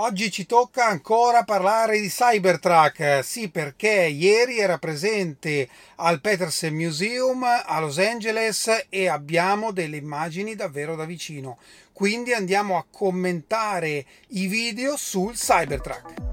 Oggi ci tocca ancora parlare di Cybertruck, sì, perché ieri era presente al Petersen Museum a Los Angeles e abbiamo delle immagini davvero da vicino. Quindi andiamo a commentare i video sul Cybertruck.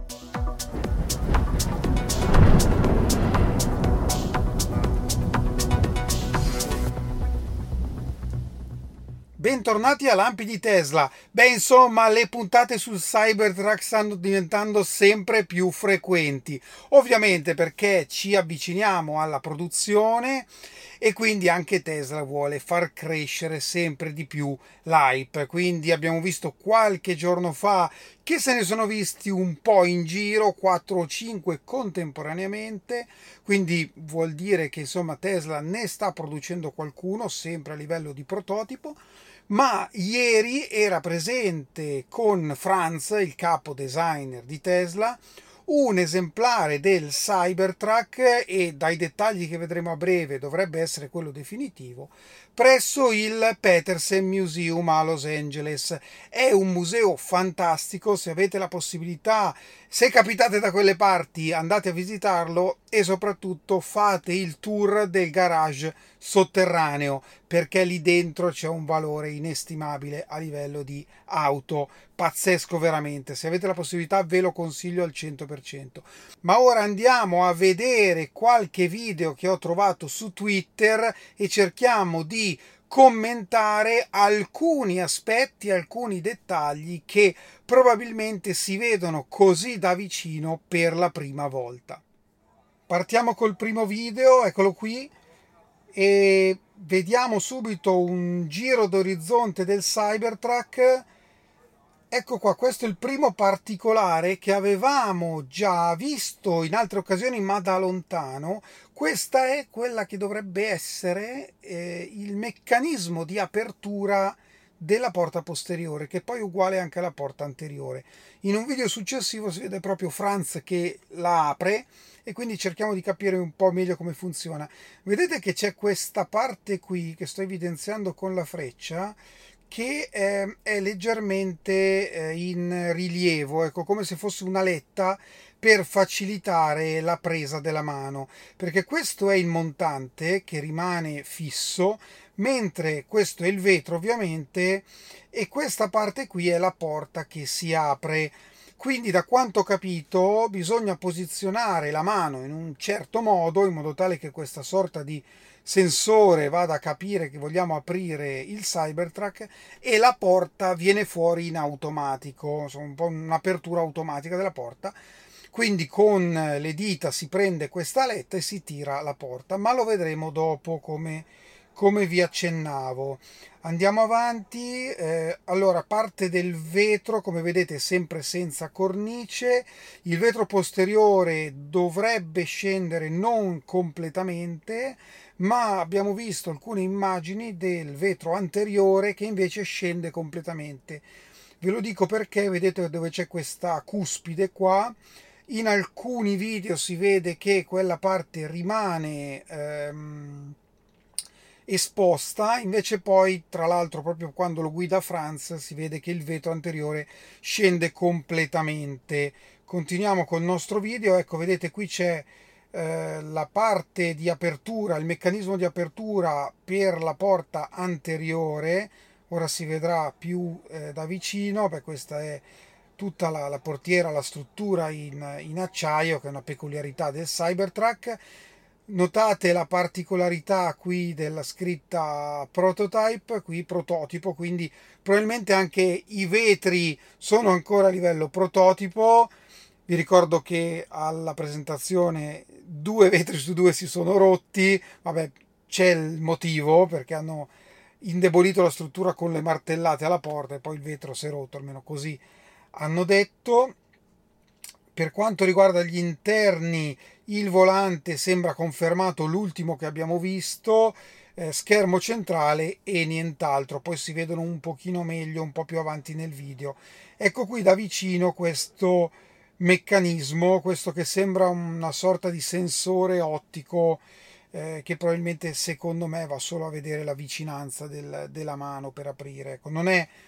Bentornati a Lampi di Tesla. Insomma, le puntate sul Cybertruck stanno diventando sempre più frequenti. Ovviamente perché ci avviciniamo alla produzione e quindi anche Tesla vuole far crescere sempre di più l'hype. Quindi abbiamo visto qualche giorno fa che se ne sono visti un po' in giro, 4 o 5 contemporaneamente, quindi vuol dire che insomma Tesla ne sta producendo qualcuno sempre a livello di prototipo. Ma ieri era presente con Franz, il capo designer di Tesla, un esemplare del Cybertruck e dai dettagli che vedremo a breve dovrebbe essere quello definitivo, presso il Petersen Museum a Los Angeles. È un museo fantastico, se avete la possibilità, se capitate da quelle parti, andate a visitarlo e soprattutto fate il tour del garage sotterraneo, perché lì dentro c'è un valore inestimabile a livello di auto, pazzesco veramente. Se avete la possibilità ve lo consiglio al 100%. Ma ora andiamo a vedere qualche video che ho trovato su Twitter e cerchiamo di commentare alcuni aspetti, alcuni dettagli che probabilmente si vedono così da vicino per la prima volta. Partiamo col primo video, eccolo qui, e vediamo subito un giro d'orizzonte del Cybertruck. Ecco qua, questo è il primo particolare che avevamo già visto in altre occasioni, ma da lontano. Questa è quella che dovrebbe essere il meccanismo di apertura della porta posteriore, che poi è uguale anche alla porta anteriore. In un video successivo si vede proprio Franz che la apre e quindi cerchiamo di capire un po' meglio come funziona. Vedete che c'è questa parte qui che sto evidenziando con la freccia, che è leggermente in rilievo, ecco, come se fosse una letta per facilitare la presa della mano, perché questo è il montante che rimane fisso, mentre questo è il vetro ovviamente, e questa parte qui è la porta che si apre. Quindi, da quanto ho capito, bisogna posizionare la mano in un certo modo, in modo tale che questa sorta di sensore vada a capire che vogliamo aprire il Cybertruck e la porta viene fuori in automatico, insomma, un po' un'apertura automatica della porta. Quindi con le dita si prende questa aletta e si tira la porta, ma lo vedremo dopo come vi accennavo. Andiamo avanti. Allora, parte del vetro, come vedete, sempre senza cornice. Il vetro posteriore dovrebbe scendere non completamente, ma abbiamo visto alcune immagini del vetro anteriore che invece scende completamente. Ve lo dico perché vedete dove c'è questa cuspide qua. In alcuni video si vede che quella parte rimane esposta, invece poi tra l'altro proprio quando lo guida Franz si vede che il vetro anteriore scende completamente. Continuiamo col nostro video. Ecco, vedete qui c'è la parte di apertura, il meccanismo di apertura per la porta anteriore. Ora si vedrà più da vicino. Questa è tutta la portiera, la struttura in acciaio, che è una peculiarità del Cybertruck. Notate la particolarità qui della scritta prototype, qui prototipo, quindi probabilmente anche i vetri sono ancora a livello prototipo. Vi ricordo che alla presentazione 2 vetri su 2 si sono rotti, vabbè, c'è il motivo, perché hanno indebolito la struttura con le martellate alla porta e poi il vetro si è rotto, almeno così hanno detto. Per quanto riguarda gli interni, il volante sembra confermato l'ultimo che abbiamo visto, schermo centrale e nient'altro. Poi si vedono un pochino meglio un po' più avanti nel video. Ecco qui da vicino questo meccanismo, questo che sembra una sorta di sensore ottico, che probabilmente secondo me va solo a vedere la vicinanza della mano per aprire. Ecco, non è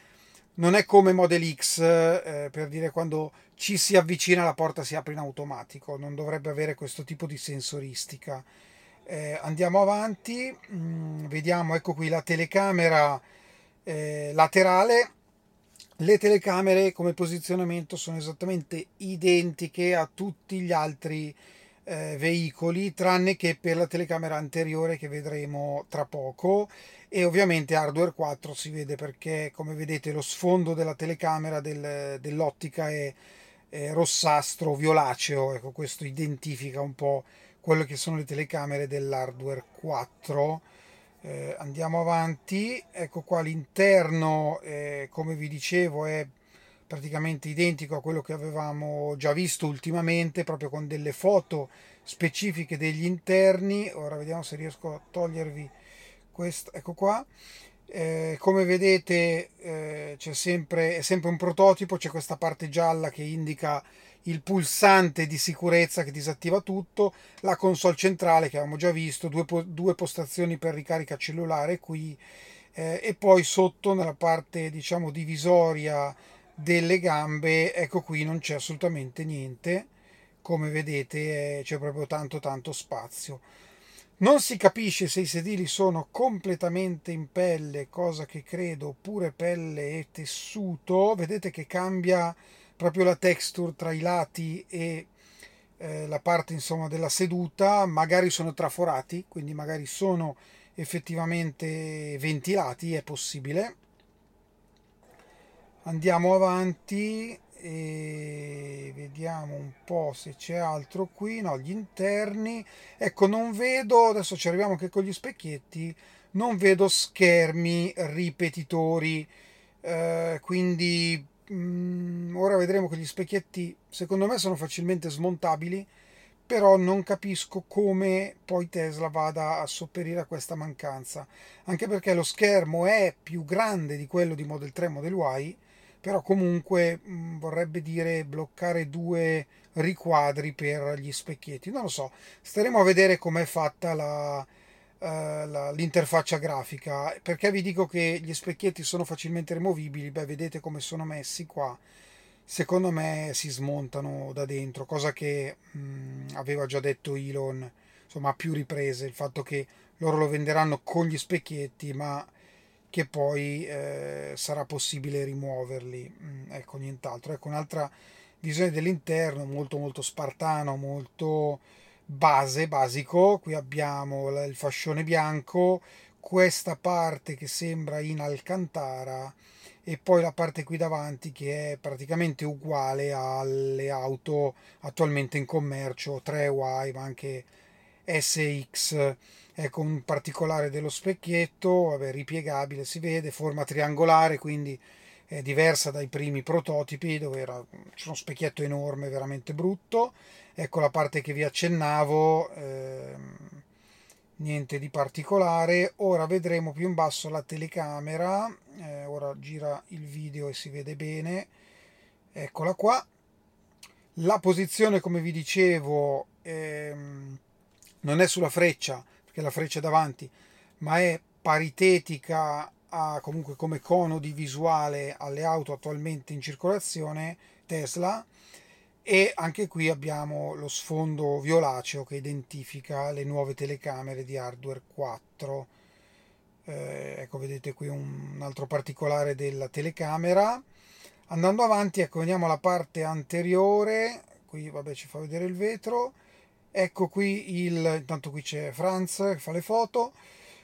non è come Model X, per dire quando ci si avvicina la porta si apre in automatico, non dovrebbe avere questo tipo di sensoristica. Andiamo avanti, vediamo, ecco qui la telecamera laterale. Le telecamere come posizionamento sono esattamente identiche a tutti gli altri veicoli, tranne che per la telecamera anteriore che vedremo tra poco. E ovviamente hardware 4 si vede perché, come vedete, lo sfondo della telecamera dell'ottica è rossastro violaceo. Ecco, questo identifica un po' quello che sono le telecamere dell'hardware 4. Andiamo avanti, ecco qua l'interno, come vi dicevo, è praticamente identico a quello che avevamo già visto ultimamente, proprio con delle foto specifiche degli interni. Ora vediamo se riesco a togliervi questo, ecco qua. Come vedete è sempre un prototipo, c'è questa parte gialla che indica il pulsante di sicurezza che disattiva tutto, la console centrale che avevamo già visto, due postazioni per ricarica cellulare qui, e poi sotto nella parte diciamo divisoria delle gambe, ecco qui non c'è assolutamente niente, come vedete c'è proprio tanto spazio. Non si capisce se i sedili sono completamente in pelle, cosa che credo, oppure pelle e tessuto. Vedete che cambia proprio la texture tra i lati e la parte insomma della seduta. Magari sono traforati, quindi magari sono effettivamente ventilati, è possibile. Andiamo avanti e vediamo un po' se c'è altro qui. No, gli interni. Ecco, non vedo, adesso ci arriviamo anche con gli specchietti, non vedo schermi ripetitori, quindi ora vedremo che gli specchietti secondo me sono facilmente smontabili, però non capisco come poi Tesla vada a sopperire a questa mancanza, anche perché lo schermo è più grande di quello di Model 3 e Model Y, però comunque vorrebbe dire bloccare due riquadri per gli specchietti. Non lo so, staremo a vedere com'è fatta l'interfaccia grafica. Perché vi dico che gli specchietti sono facilmente rimovibili? Beh, vedete come sono messi qua. Secondo me si smontano da dentro, cosa che aveva già detto Elon, insomma, a più riprese, il fatto che loro lo venderanno con gli specchietti, ma che poi sarà possibile rimuoverli. Ecco, nient'altro. Ecco, un'altra visione dell'interno molto spartano, molto basico. Qui abbiamo il fascione bianco, questa parte che sembra in alcantara e poi la parte qui davanti che è praticamente uguale alle auto attualmente in commercio 3Y ma anche SX. Ecco un particolare dello specchietto, vabbè, ripiegabile, si vede, forma triangolare, quindi è diversa dai primi prototipi dove c'è uno specchietto enorme, veramente brutto. Ecco la parte che vi accennavo, niente di particolare. Ora vedremo più in basso la telecamera, ora gira il video e si vede bene, eccola qua. La posizione, come vi dicevo, non è sulla freccia, perché la freccia è davanti, ma è paritetica comunque come cono di visuale alle auto attualmente in circolazione Tesla. E anche qui abbiamo lo sfondo violaceo che identifica le nuove telecamere di hardware 4. Ecco, vedete qui un altro particolare della telecamera. Andando avanti, ecco, veniamo alla parte anteriore. Qui, vabbè, ci fa vedere il vetro. Ecco qui intanto qui c'è Franz che fa le foto.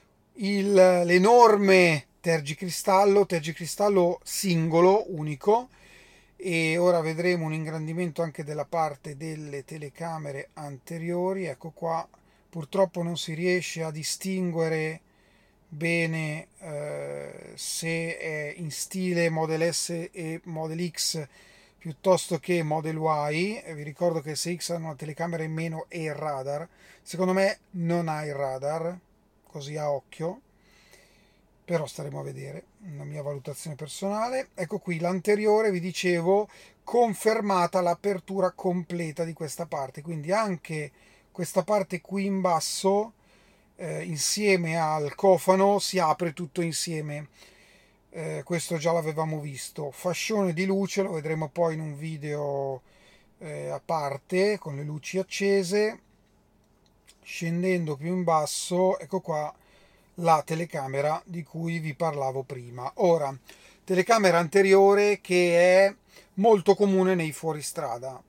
L'enorme tergicristallo singolo, unico. E ora vedremo un ingrandimento anche della parte delle telecamere anteriori. Ecco qua, purtroppo non si riesce a distinguere bene se è in stile Model S e Model X piuttosto che Model Y. Vi ricordo che SX ha una telecamera in meno e il radar. Secondo me non ha il radar, così a occhio, però staremo a vedere, una mia valutazione personale. Ecco qui l'anteriore, vi dicevo, confermata l'apertura completa di questa parte, quindi anche questa parte qui in basso insieme al cofano si apre tutto insieme. questo già l'avevamo visto. Fascione di luce lo vedremo poi in un video a parte con le luci accese. Scendendo più in basso, ecco qua la telecamera di cui vi parlavo prima. Ora, telecamera anteriore che è molto comune nei fuoristrada.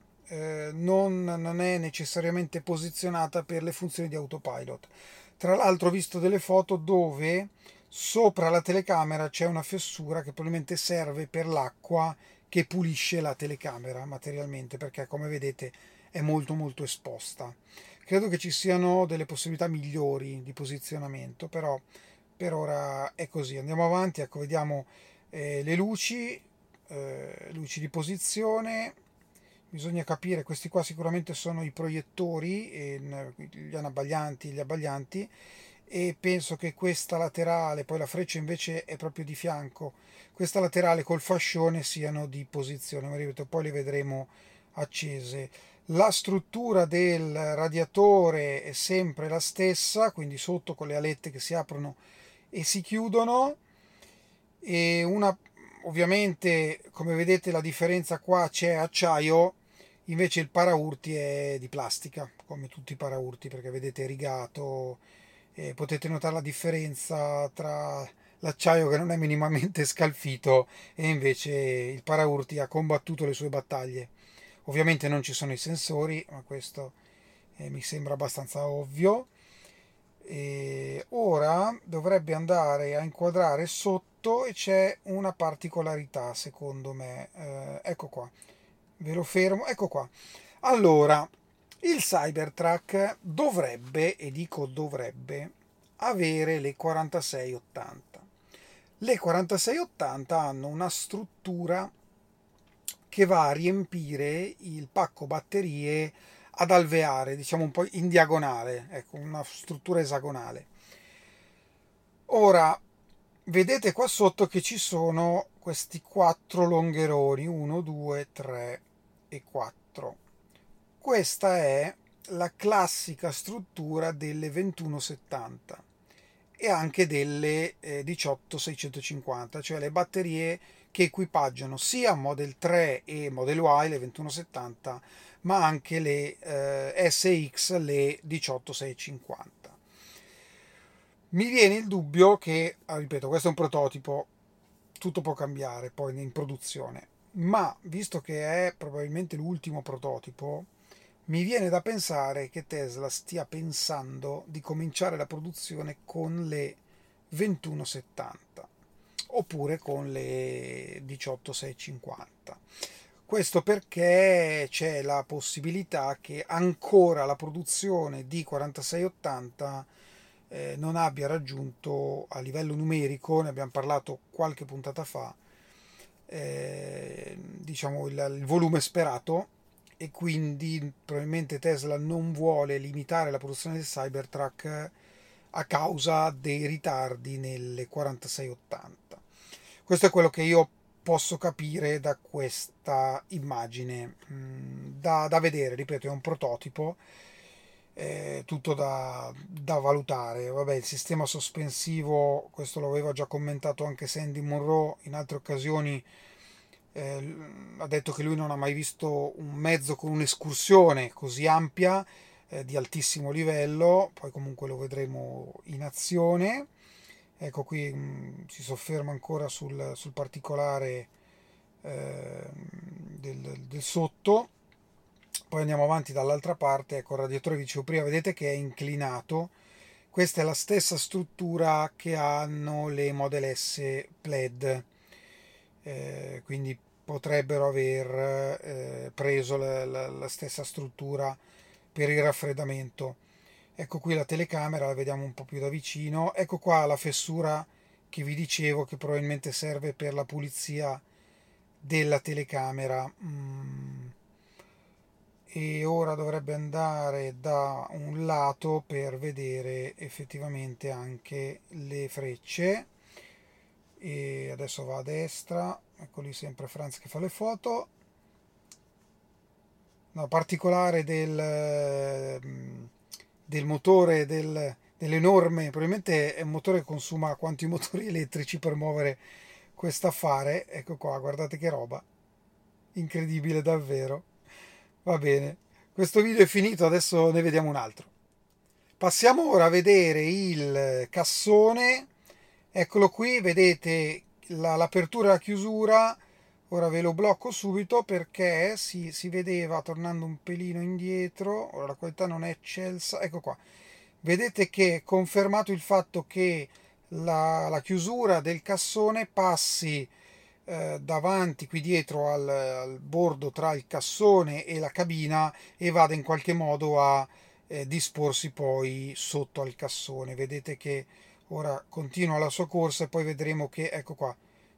Non è necessariamente posizionata per le funzioni di autopilot. Tra l'altro ho visto delle foto dove sopra la telecamera c'è una fessura che probabilmente serve per l'acqua che pulisce la telecamera materialmente, perché come vedete è molto molto esposta. Credo che ci siano delle possibilità migliori di posizionamento, però per ora è così. Andiamo avanti, ecco, vediamo le luci di posizione. Bisogna capire, questi qua sicuramente sono i proiettori, gli anabbaglianti, gli abbaglianti, e penso che questa laterale, poi la freccia invece è proprio di fianco, questa laterale col fascione siano di posizione, ma ripeto, poi le vedremo accese. La struttura del radiatore è sempre la stessa, quindi sotto con le alette che si aprono e si chiudono, e una, ovviamente come vedete la differenza qua, c'è acciaio, invece il paraurti è di plastica, come tutti i paraurti, perché vedete è rigato, e potete notare la differenza tra l'acciaio che non è minimamente scalfito e invece il paraurti ha combattuto le sue battaglie. Ovviamente non ci sono i sensori, ma questo mi sembra abbastanza ovvio. E ora dovrebbe andare a inquadrare sotto e c'è una particolarità secondo me. Ecco qua, ve lo fermo, ecco qua. Allora, il Cybertruck dovrebbe, e dico dovrebbe, avere le 4680. Le 4680 hanno una struttura che va a riempire il pacco batterie ad alveare, diciamo un po' in diagonale, ecco, una struttura esagonale. Ora, vedete qua sotto che ci sono questi quattro longheroni, 1, 2, 3 e 4. Questa è la classica struttura delle 2170 e anche delle 18650, cioè le batterie che equipaggiano sia Model 3 e Model Y, le 2170, ma anche le SX, le 18650. Mi viene il dubbio che, ripeto, questo è un prototipo, tutto può cambiare poi in produzione, ma visto che è probabilmente l'ultimo prototipo, mi viene da pensare che Tesla stia pensando di cominciare la produzione con le 2170 oppure con le 18650. Questo perché c'è la possibilità che ancora la produzione di 4680 non abbia raggiunto a livello numerico, ne abbiamo parlato qualche puntata fa, diciamo il volume sperato, e quindi probabilmente Tesla non vuole limitare la produzione del Cybertruck a causa dei ritardi nelle 4680. Questo è quello che io posso capire da questa immagine, da vedere, ripeto, è un prototipo, tutto da valutare. Vabbè, il sistema sospensivo, questo lo aveva già commentato anche Sandy Monroe in altre occasioni, ha detto che lui non ha mai visto un mezzo con un'escursione così ampia, di altissimo livello, poi comunque lo vedremo in azione. Ecco qui si sofferma ancora sul particolare del sotto. Poi andiamo avanti dall'altra parte, ecco il radiatore vi dicevo prima, vedete che è inclinato. Questa è la stessa struttura che hanno le Model S Plaid, quindi potrebbero aver preso la stessa struttura per il raffreddamento. Ecco qui la telecamera, la vediamo un po' più da vicino. Ecco qua la fessura che vi dicevo che probabilmente serve per la pulizia della telecamera. E ora dovrebbe andare da un lato per vedere effettivamente anche le frecce. E adesso va a destra, ecco lì sempre Franz che fa le foto. No, particolare del motore dell'enorme, probabilmente è un motore che consuma quanti motori elettrici per muovere quest'affare. Ecco qua, guardate che roba, incredibile davvero. Va bene, questo video è finito, adesso ne vediamo un altro. Passiamo ora a vedere il cassone. Eccolo qui, vedete l'apertura e la chiusura. Ora ve lo blocco subito perché si vedeva tornando un pelino indietro. Ora la qualità non è eccelsa. Ecco qua. Vedete che è confermato il fatto che la chiusura del cassone passi davanti qui dietro al bordo tra il cassone e la cabina e vada in qualche modo a disporsi poi sotto al cassone. Vedete che ora continua la sua corsa e poi vedremo che, ecco qua,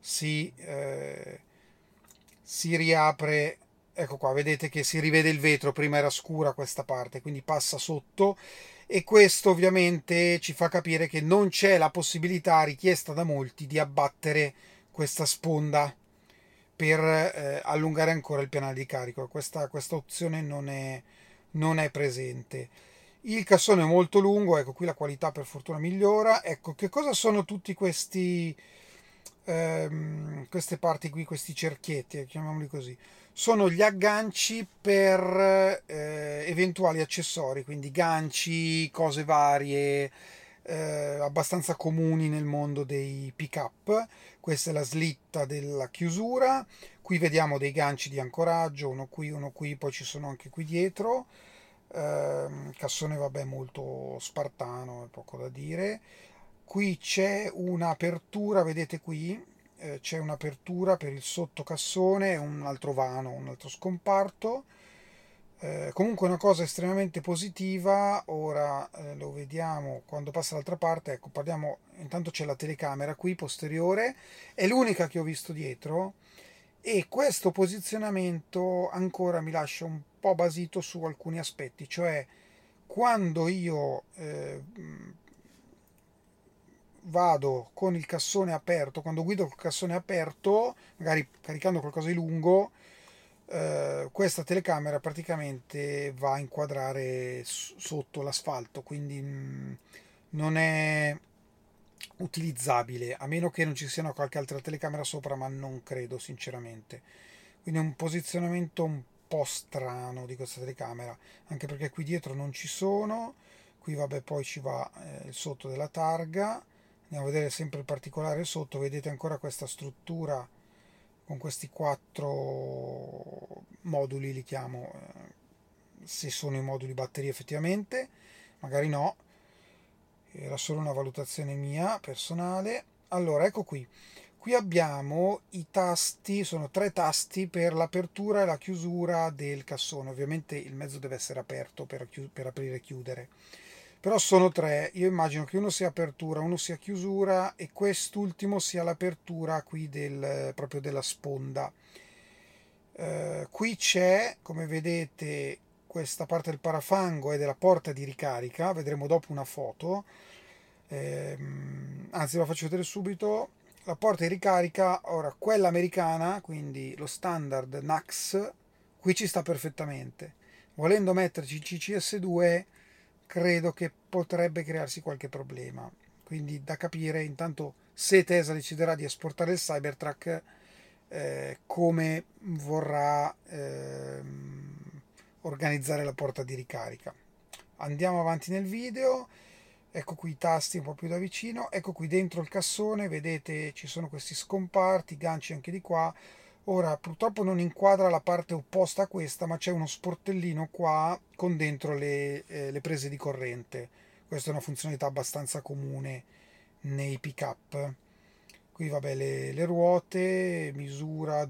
si riapre. Ecco qua, vedete che si rivede il vetro, prima era scura questa parte, quindi passa sotto e questo ovviamente ci fa capire che non c'è la possibilità richiesta da molti di abbattere questa sponda per allungare ancora il pianale di carico. Questa opzione non è presente. Il cassone è molto lungo, ecco qui la qualità per fortuna migliora. Ecco che cosa sono tutti queste parti qui, questi cerchietti, chiamiamoli così. Sono gli agganci per eventuali accessori, quindi ganci, cose varie, abbastanza comuni nel mondo dei pick-up. Questa è la slitta della chiusura. Qui vediamo dei ganci di ancoraggio, uno qui, poi ci sono anche qui dietro. Cassone vabbè molto spartano, è poco da dire. Qui c'è un'apertura, vedete qui, c'è un'apertura per il sottocassone, un altro vano, un altro scomparto. Comunque una cosa estremamente positiva, ora lo vediamo quando passa dall'altra parte, ecco, parliamo, intanto c'è la telecamera qui posteriore, è l'unica che ho visto dietro e questo posizionamento ancora mi lascia un po' basito su alcuni aspetti, cioè quando io vado con il cassone aperto, quando guido col cassone aperto, magari caricando qualcosa di lungo, questa telecamera praticamente va a inquadrare sotto l'asfalto, quindi non è utilizzabile, a meno che non ci sia qualche altra telecamera sopra, ma non credo sinceramente. Quindi è un posizionamento un po' strano di questa telecamera, anche perché qui dietro non ci sono, qui vabbè poi ci va il sotto della targa, andiamo a vedere sempre il particolare sotto, vedete ancora questa struttura con questi quattro moduli, li chiamo, se sono i moduli batteria effettivamente, magari no, era solo una valutazione mia personale. Allora, ecco qui. Qui abbiamo i tasti, sono tre tasti per l'apertura e la chiusura del cassone. Ovviamente il mezzo deve essere aperto per aprire e chiudere. Però sono tre, io immagino che uno sia apertura, uno sia chiusura e quest'ultimo sia l'apertura qui proprio della sponda. Qui c'è, come vedete, questa parte del parafango e della porta di ricarica, vedremo dopo una foto, anzi la faccio vedere subito. La porta di ricarica, ora quella americana, quindi lo standard NAX, qui ci sta perfettamente. Volendo metterci il CCS2 credo che potrebbe crearsi qualche problema, quindi da capire intanto se Tesla deciderà di esportare il Cybertruck, come vorrà organizzare la porta di ricarica. Andiamo avanti nel video. Ecco qui i tasti un po' più da vicino, ecco qui dentro il cassone, vedete ci sono questi scomparti, ganci anche di qua. Ora purtroppo non inquadra la parte opposta a questa, ma c'è uno sportellino qua con dentro le prese di corrente. Questa è una funzionalità abbastanza comune nei pick-up. Qui vabbè le ruote, misura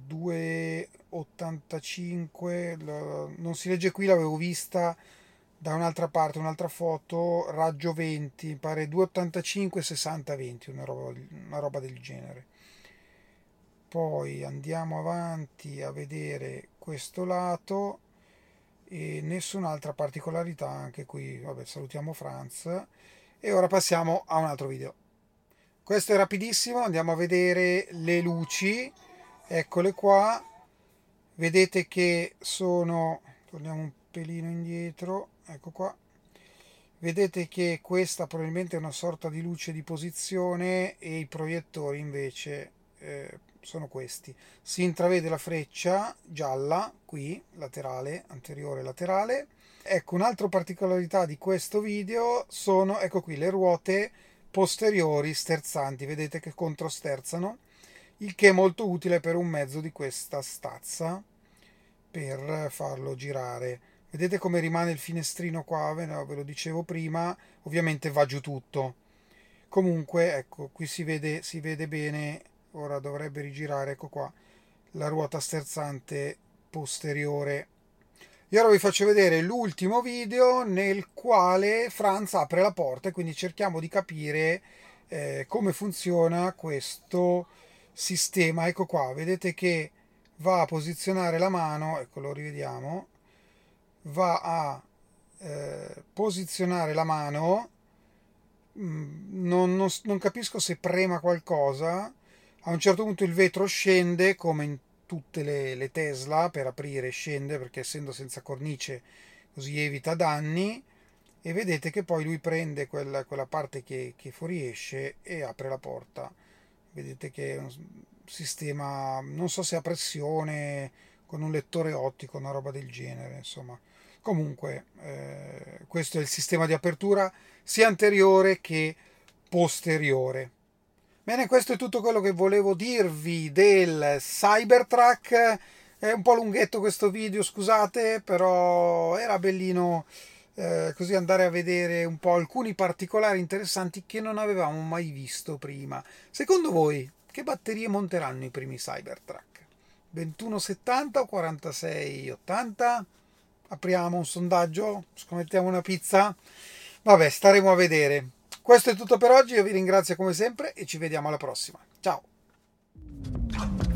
2,85, non si legge qui, l'avevo vista da un'altra parte, un'altra foto, raggio 20, mi pare 2,85, 60, 20, una roba del genere. Poi andiamo avanti a vedere questo lato e nessun'altra particolarità anche qui. Vabbè, salutiamo Franz e ora passiamo a un altro video. Questo è rapidissimo, andiamo a vedere le luci, eccole qua, vedete che sono, torniamo un pelino indietro, ecco qua, vedete che questa probabilmente è una sorta di luce di posizione e i proiettori invece sono questi. Si intravede la freccia gialla qui, laterale, anteriore laterale. Ecco, un'altra particolarità di questo video sono, ecco qui, le ruote posteriori sterzanti, vedete che controsterzano, il che è molto utile per un mezzo di questa stazza per farlo girare. Vedete come rimane il finestrino qua, ve lo dicevo prima, ovviamente va giù tutto. Comunque, ecco, qui si vede bene, ora dovrebbe rigirare, ecco qua, la ruota sterzante posteriore. E ora vi faccio vedere l'ultimo video nel quale Franz apre la porta e quindi cerchiamo di capire come funziona questo sistema. Ecco qua, vedete che va a posizionare la mano, ecco lo rivediamo, va a posizionare la mano, non capisco se prema qualcosa, a un certo punto il vetro scende come in tutte le Tesla per aprire, scende perché essendo senza cornice così evita danni, e vedete che poi lui prende quella parte che fuoriesce e apre la porta. Vedete che è un sistema, non so se a pressione, con un lettore ottico, una roba del genere, insomma. Comunque, questo è il sistema di apertura sia anteriore che posteriore. Bene, questo è tutto quello che volevo dirvi del Cybertruck. È un po' lunghetto questo video, scusate, però era bellino così andare a vedere un po' alcuni particolari interessanti che non avevamo mai visto prima. Secondo voi, che batterie monteranno i primi Cybertruck? 2170 o 4680? Apriamo un sondaggio? Scommettiamo una pizza? Vabbè, staremo a vedere. Questo è tutto per oggi, io vi ringrazio come sempre e ci vediamo alla prossima. Ciao!